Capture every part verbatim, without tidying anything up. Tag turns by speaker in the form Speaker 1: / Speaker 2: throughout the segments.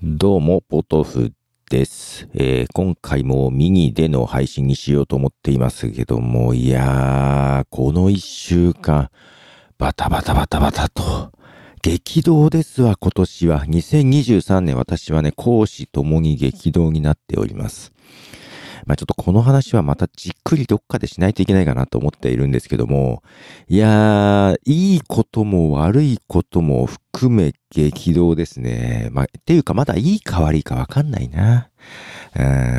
Speaker 1: どうも、ポトフです、えー。今回もミニでの配信にしようと思っていますけども、いやー、この一週間、バタバタバタバタと、激動ですわ、今年は。にせんにじゅうさんねん、私はね、公私ともに激動になっております。まあちょっとこの話はまたじっくりどっかでしないといけないかなと思っているんですけども、いやー、いいことも悪いことも含め激動ですね。まあ、っていうかまだいいか悪いかわかんないな。うん。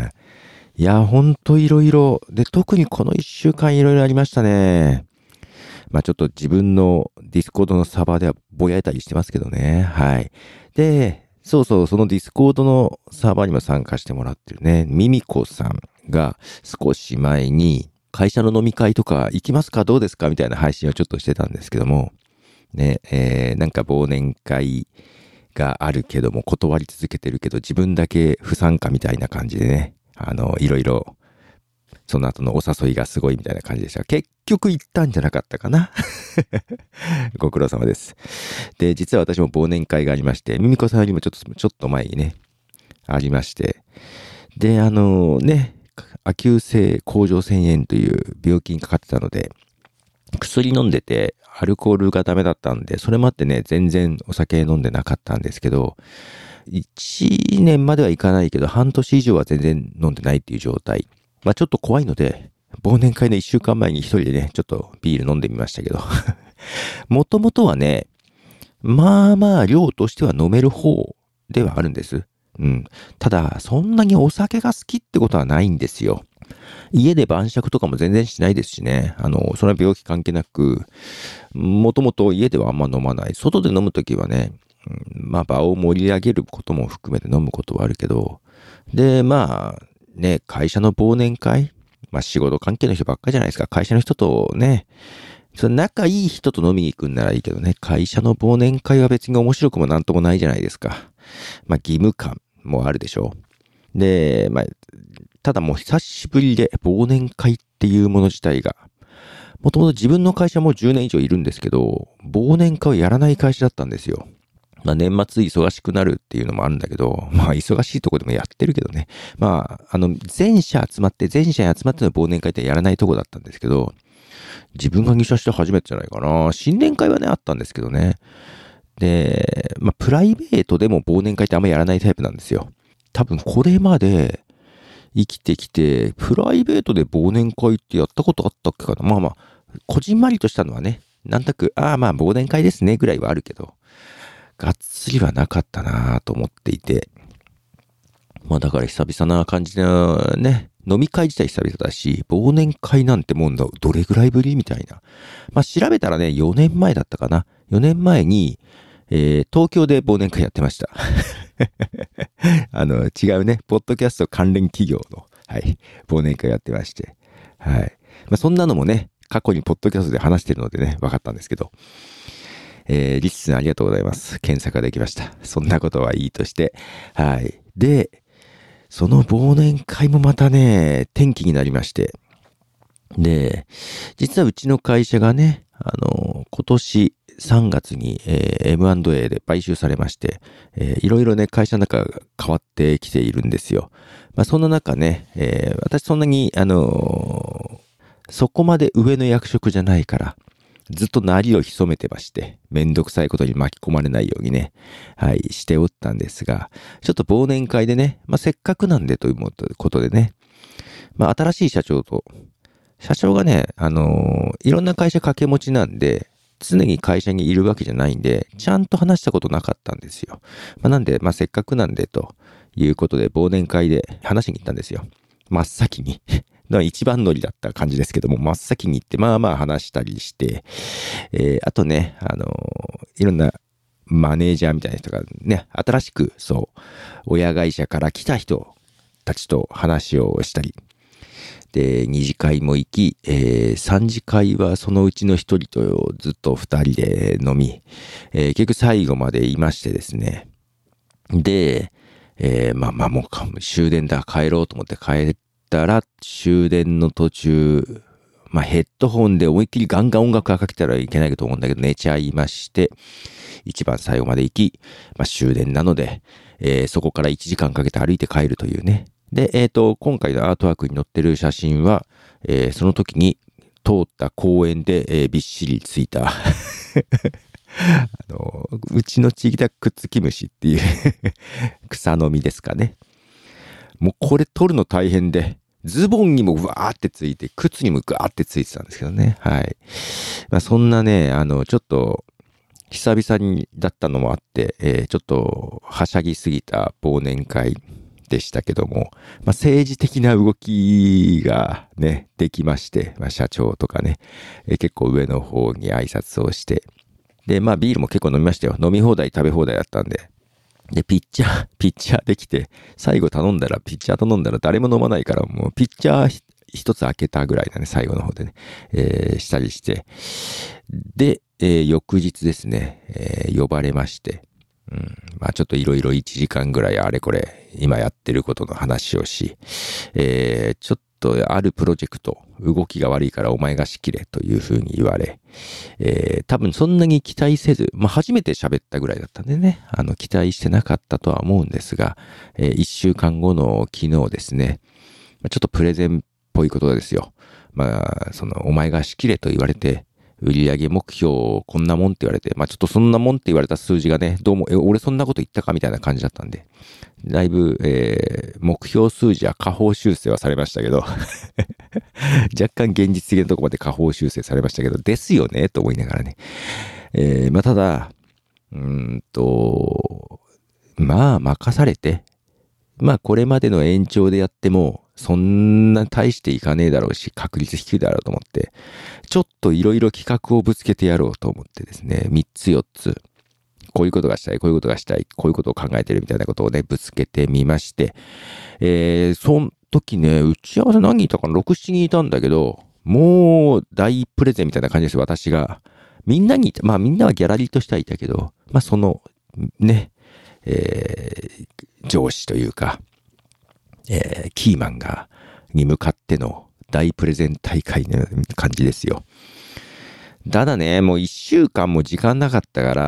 Speaker 1: いやー、ほんといろいろ。で、特にこの一週間いろいろありましたね。まあちょっと自分のディスコードのサーバーではぼやいたりしてますけどね。はい。で、そうそう、そのディスコードのサーバーにも参加してもらってるね、ミミコさんが少し前に会社の飲み会とか行きますかどうですかみたいな配信をちょっとしてたんですけども、ね、えー、なんか忘年会があるけども断り続けてるけど自分だけ不参加みたいな感じでね、あの、いろいろその後のお誘いがすごいみたいな感じでした。結局行ったんじゃなかったかなご苦労様です。で、実は私も忘年会がありまして、ミミコさんよりもちょっと、ちょっと前にね、ありまして。で、あのね、亜急性甲状腺炎という病気にかかってたので、薬飲んでてアルコールがダメだったんで、それもあってね、全然お酒飲んでなかったんですけど、いちねんまではいかないけど、半年以上は全然飲んでないっていう状態。まあちょっと怖いので、忘年会のいっしゅうかんまえに一人でね、ちょっとビール飲んでみましたけど。もともとはね、まあまあ量としては飲める方ではあるんです。うん。ただ、そんなにお酒が好きってことはないんですよ。家で晩酌とかも全然しないですしね。あの、それは病気関係なく、もともと家ではあんま飲まない。外で飲むときはね、うん、まあ場を盛り上げることも含めて飲むことはあるけど、で、まあ、ね、会社の忘年会、まあ仕事関係の人ばっかりじゃないですか。会社の人とね、その仲いい人と飲みに行くんならいいけどね、会社の忘年会は別に面白くもなんともないじゃないですか。まあ義務感もあるでしょう。で、まあ、ただもう久しぶりで忘年会っていうもの自体が、もともと自分の会社もじゅうねん以上いるんですけど、忘年会をやらない会社だったんですよ。まあ年末忙しくなるっていうのもあるんだけど、まあ忙しいとこでもやってるけどね。まあ、あの、全社集まって、全社に集まっての忘年会ってやらないとこだったんですけど、自分が入社して初めてじゃないかな。新年会はね、あったんですけどね。で、まあプライベートでも忘年会ってあんまやらないタイプなんですよ。多分これまで生きてきて、プライベートで忘年会ってやったことあったっけかな。まあまあ、こじんまりとしたのはね、なんとなく、ああまあ忘年会ですねぐらいはあるけど、がっつりはなかったなぁと思っていて。まあだから久々な感じでね、飲み会自体久々だし、忘年会なんてもんだ、どれぐらいぶりみたいな。まあ調べたらね、よねんまえだったかな。よねんまえに、えー、東京で忘年会やってました。あの、違うね、ポッドキャスト関連企業の、はい、忘年会やってまして。はい。まあそんなのもね、過去にポッドキャストで話してるのでね、分かったんですけど。えー、リッスンありがとうございます。検索ができました。そんなことはいいとして。はい。で、その忘年会もまたね、転機になりまして。で、実はうちの会社がね、あの、今年さんがつに、えー、エムアンドエー で買収されまして、えー、いろいろね、会社の中が変わってきているんですよ。まあ、そんな中ね、えー、私そんなに、あのー、そこまで上の役職じゃないから、ずっとなりを潜めてまして、めんどくさいことに巻き込まれないようにね、はい、しておったんですが、ちょっと忘年会でね、まあ、せっかくなんでということでね、まあ、新しい社長と、社長がね、あのー、いろんな会社掛け持ちなんで、常に会社にいるわけじゃないんで、ちゃんと話したことなかったんですよ。まあ、なんで、まあ、せっかくなんでということで、忘年会で話しに行ったんですよ。真っ先に。一番乗りだった感じですけども、真っ先に行って、まあまあ話したりして、えー、あとね、あのー、いろんなマネージャーみたいな人がね、新しく、そう、親会社から来た人たちと話をしたり、で、二次会も行き、えー、三次会はそのうちの一人とずっと二人で飲み、えー、結局最後までいましてですね。で、えー、まあまあもう終電だ、帰ろうと思って帰ったら、終電の途中、まあヘッドホンで思いっきりガンガン音楽がかけたらいけないと思うんだけど、寝ちゃいまして、 一番最後まで行き、まあ、終電なので、えー、そこからいちじかんかけて歩いて帰るというね。で、えっと、今回のアートワークに載ってる写真は、えー、その時に通った公園で、えー、びっしりついたあの、うちの地域ではくっつき虫っていう草の実ですかね。もうこれ取るの大変で、ズボンにもわーってついて、靴にもガーってついてたんですけどね。はい。まあ、そんなね、あの、ちょっと、久々にだったのもあって、えー、ちょっとはしゃぎすぎた忘年会でしたけども、まあ、政治的な動きがね、できまして、まあ、社長とかね、えー、結構上の方に挨拶をして、で、まあビールも結構飲みましたよ。飲み放題食べ放題だったんで。で、ピッチャー、ピッチャーできて、最後頼んだら、ピッチャー頼んだら誰も飲まないから、もうピッチャー一つ開けたぐらいだね、最後の方でね、えー、したりして。で、えー、翌日ですね、えー、呼ばれまして、うん、まあちょっといろいろいちじかんぐらいあれこれ、今やってることの話をし、えー、ちょっとあるプロジェクト、動きが悪いからお前が仕切れというふうに言われ、えー、多分そんなに期待せず、まあ初めて喋ったぐらいだったんでね、あの期待してなかったとは思うんですが、えー、いっしゅうかんごの昨日ですね、ちょっとプレゼンっぽいことですよ。まあ、その、お前が仕切れと言われて、売上目標こんなもんって言われて、まあちょっとそんなもんって言われた数字がね、どうも、え、俺そんなこと言ったかみたいな感じだったんで、だいぶ、えー、目標数字は下方修正はされましたけど、若干現実的なところまで下方修正されましたけど、ですよねと思いながらね。えー、まあただ、うーんと、まあ任されて、まあこれまでの延長でやっても、そんな大していかねえだろうし、確率低いだろうと思って、ちょっといろいろ企画をぶつけてやろうと思ってですね、みっつよっつ、こういうことがしたい、こういうことがしたい、こういうことを考えてるみたいなことをね、ぶつけてみまして、えー、その時ね、打ち合わせ何人いたかな ?ろく、しちにんいたんだけど、もう大プレゼンみたいな感じですよ、私が。みんなに、まあみんなはギャラリーとしてはいたけど、まあその、ね、えー、上司というか、えー、キーマンが、に向かっての大プレゼン大会の感じですよ。ただね、もう一週間も時間なかったから、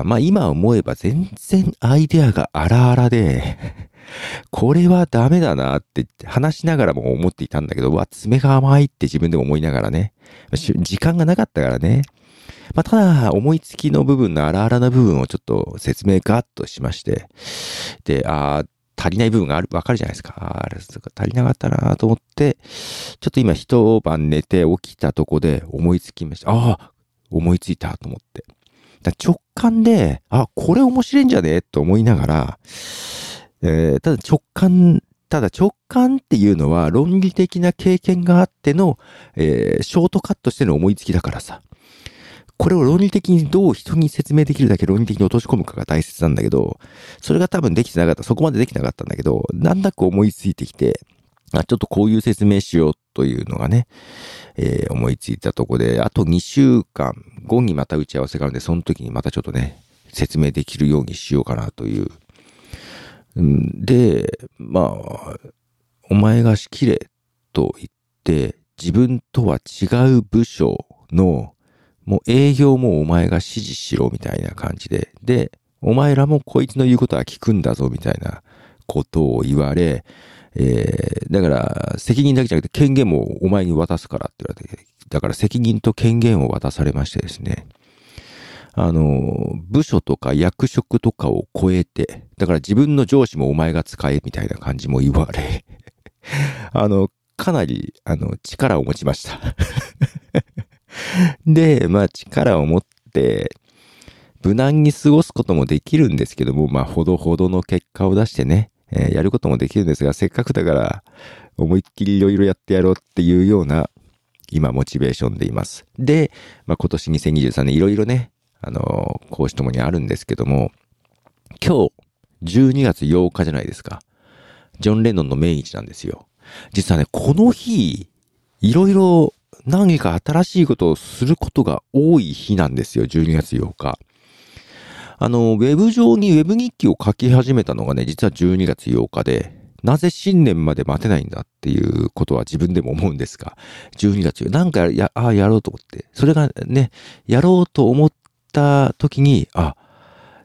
Speaker 1: まあ今思えば全然アイデアが荒々で、これはダメだなって話しながらも思っていたんだけど、うわ、爪が甘いって自分でも思いながらね、時間がなかったからね。まあただ、思いつきの部分の荒々な部分をちょっと説明ガッとしまして、で、あー、足りない部分がある、わかるじゃないですか。あれ、足りなかったなと思って、ちょっと今一晩寝て起きたとこで思いつきました。ああ、思いついたと思って。だ直感で、あ、これ面白いんじゃねと思いながら、えー、ただ直感、ただ直感っていうのは論理的な経験があっての、えー、ショートカットしての思いつきだからさ。これを論理的にどう人に説明できるだけ論理的に落とし込むかが大切なんだけど、それが多分できてなかった、そこまでできなかったんだけど、なんだか思いついてきて、あ、ちょっとこういう説明しようというのがね、えー、思いついたとこで、あとにしゅうかんごにまた打ち合わせがあるんで、その時にまたちょっとね、説明できるようにしようかなという。うん、で、まあ、お前が仕切れと言って、自分とは違う部署のもう営業もお前が指示しろみたいな感じで。で、お前らもこいつの言うことは聞くんだぞみたいなことを言われ、えー、だから責任だけじゃなくて権限もお前に渡すからって言われて、だから責任と権限を渡されましてですね。あの、部署とか役職とかを超えて、だから自分の上司もお前が使えみたいな感じも言われ、あの、かなり、あの、力を持ちました。で、まあ力を持って、無難に過ごすこともできるんですけども、まあほどほどの結果を出してね、えー、やることもできるんですが、せっかくだから思いっきりいろいろやってやろうっていうような、今モチベーションでいます。で、まあ今年にせんにじゅうさんねんいろいろね、あのー、講師ともにあるんですけども、今日じゅうにがつようかじゃないですか。ジョン・レノンの命日なんですよ。実はね、この日、いろいろ何か新しいことをすることが多い日なんですよ、じゅうにがつようか。あの、ウェブ上にウェブ日記を書き始めたのがね、実はじゅうにがつようかで、なぜ新年まで待てないんだっていうことは自分でも思うんですが、じゅうにがつ、なんかや、ああ、やろうと思って、それがね、やろうと思った時に、あ、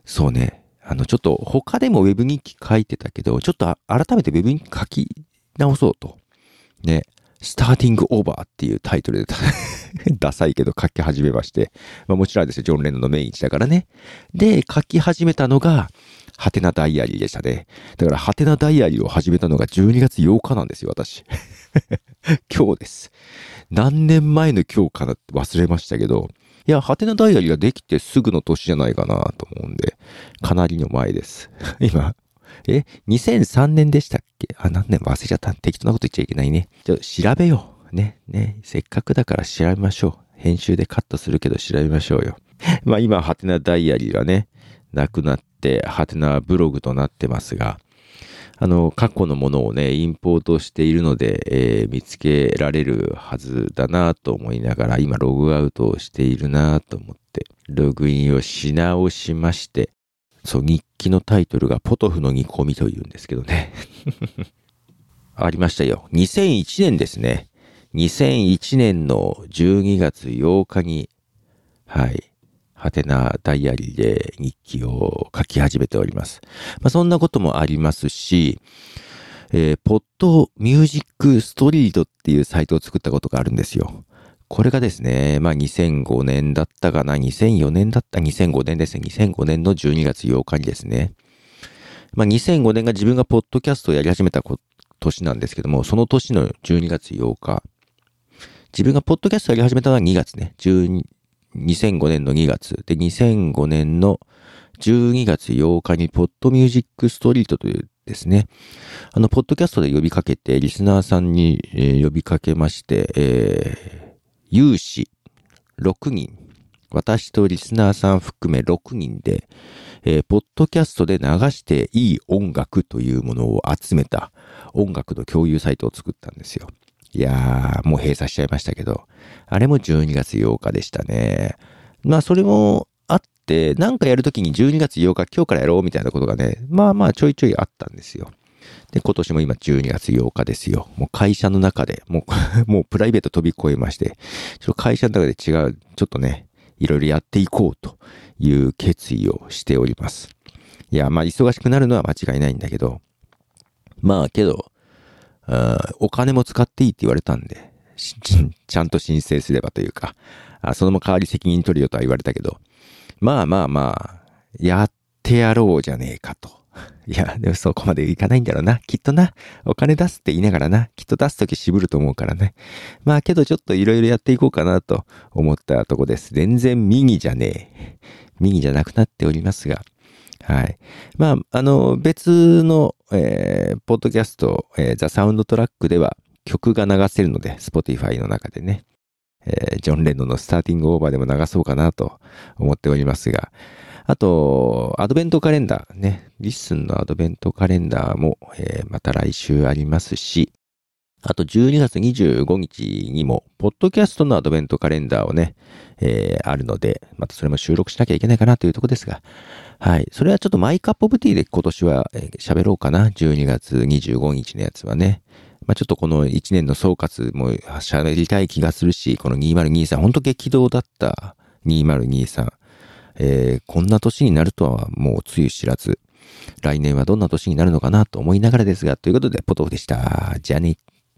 Speaker 1: そうね。あの、ちょっと他でもウェブ日記書いてたけど、ちょっと改めてウェブ日記書き直そうと。ね。スターティングオーバーっていうタイトルでダサいけど書き始めまして。まあもちろんですよ、ジョン・レノンの命日だからね。で、書き始めたのが、ハテナダイアリーでしたね。だから、ハテナダイアリーを始めたのがじゅうにがつようかなんですよ、私。今日です。何年前の今日かなって忘れましたけど、いや、ハテナダイアリーができてすぐの年じゃないかなと思うんで、かなりの前です。今、え、にせんさんねんでしたっけ？あ、何年も忘れちゃった。適当なこと言っちゃいけないね。じゃあ、調べよう。ね、ね、せっかくだから調べましょう。編集でカットするけど調べましょうよ。まあ今、ハテナダイアリーはね、なくなって、ハテナブログとなってますが、あの、過去のものをね、インポートしているので、えー、見つけられるはずだなと思いながら、今ログアウトをしているなと思って、ログインをし直しまして、そう、日記のタイトルがポトフの煮込みというんですけどね。ありましたよ。にせんいちねんですね。にせんいちねんのじゅうにがつようかに、はい。ハテナダイアリーで日記を書き始めております。まあ、そんなこともありますし、えー、ポッドミュージックストリートっていうサイトを作ったことがあるんですよ。これがですね、まあにせんごねんだったかな、にせんよねんだった、にせんごねんですね、にせんごねんのじゅうにがつようかにですね。まあにせんごねんが自分がポッドキャストをやり始めた年なんですけども、その年のじゅうにがつようか、自分がポッドキャストをやり始めたのはにがつね、にせんごねんのにがつで、にせんごねんのじゅうにがつようかにポッドミュージックストリートというですね、あの、ポッドキャストで呼びかけて、リスナーさんに、えー、呼びかけまして、えー、有志ろくにん、私とリスナーさん含めろくにんで、えー、ポッドキャストで流していい音楽というものを集めた音楽の共有サイトを作ったんですよ。いやー、もう閉鎖しちゃいましたけど、あれもじゅうにがつようかでしたね。まあ、それもあって、なんかやるときにじゅうにがつようか、今日からやろうみたいなことがね、まあまあちょいちょいあったんですよ。で、今年も今じゅうにがつようかですよ。もう会社の中で、もう、もうプライベート飛び越えまして、ちょっと会社の中で違う、ちょっとね、いろいろやっていこうという決意をしております。いや、まあ忙しくなるのは間違いないんだけど、まあけど、お金も使っていいって言われたんで、ちゃんと申請すればというか、その代わり責任取るよとは言われたけど、まあまあまあ、やってやろうじゃねえかと。いや、でもそこまでいかないんだろうな。きっとな。お金出すって言いながらな。きっと出すとき渋ると思うからね。まあけどちょっといろいろやっていこうかなと思ったとこです。全然右じゃねえ。右じゃなくなっておりますが。はい。まあ、あの、別の、えー、ポッドキャスト、えー、ザ・サウンドトラックでは曲が流せるので、Spotify の中でね、えー、ジョン・レノンのスターティングオーバーでも流そうかなと思っておりますが、あと、アドベントカレンダーね、リッスンのアドベントカレンダーも、えー、また来週ありますし、あとじゅうにがつにじゅうごにちにも、ポッドキャストのアドベントカレンダーをね、えー、あるので、またそれも収録しなきゃいけないかなというところですが、はい。それはちょっとマイカップオブティーで今年は喋ろうかな。じゅうにがつにじゅうごにちのやつはね。まあちょっとこのいちねんの総括も喋りたい気がするし、このにせんにじゅうさん、ほんと激動だったにせんにじゅうさん。えー、こんな年になるとはもうつゆ知らず、来年はどんな年になるのかなと思いながらですが、ということでポトフでした。じゃあね。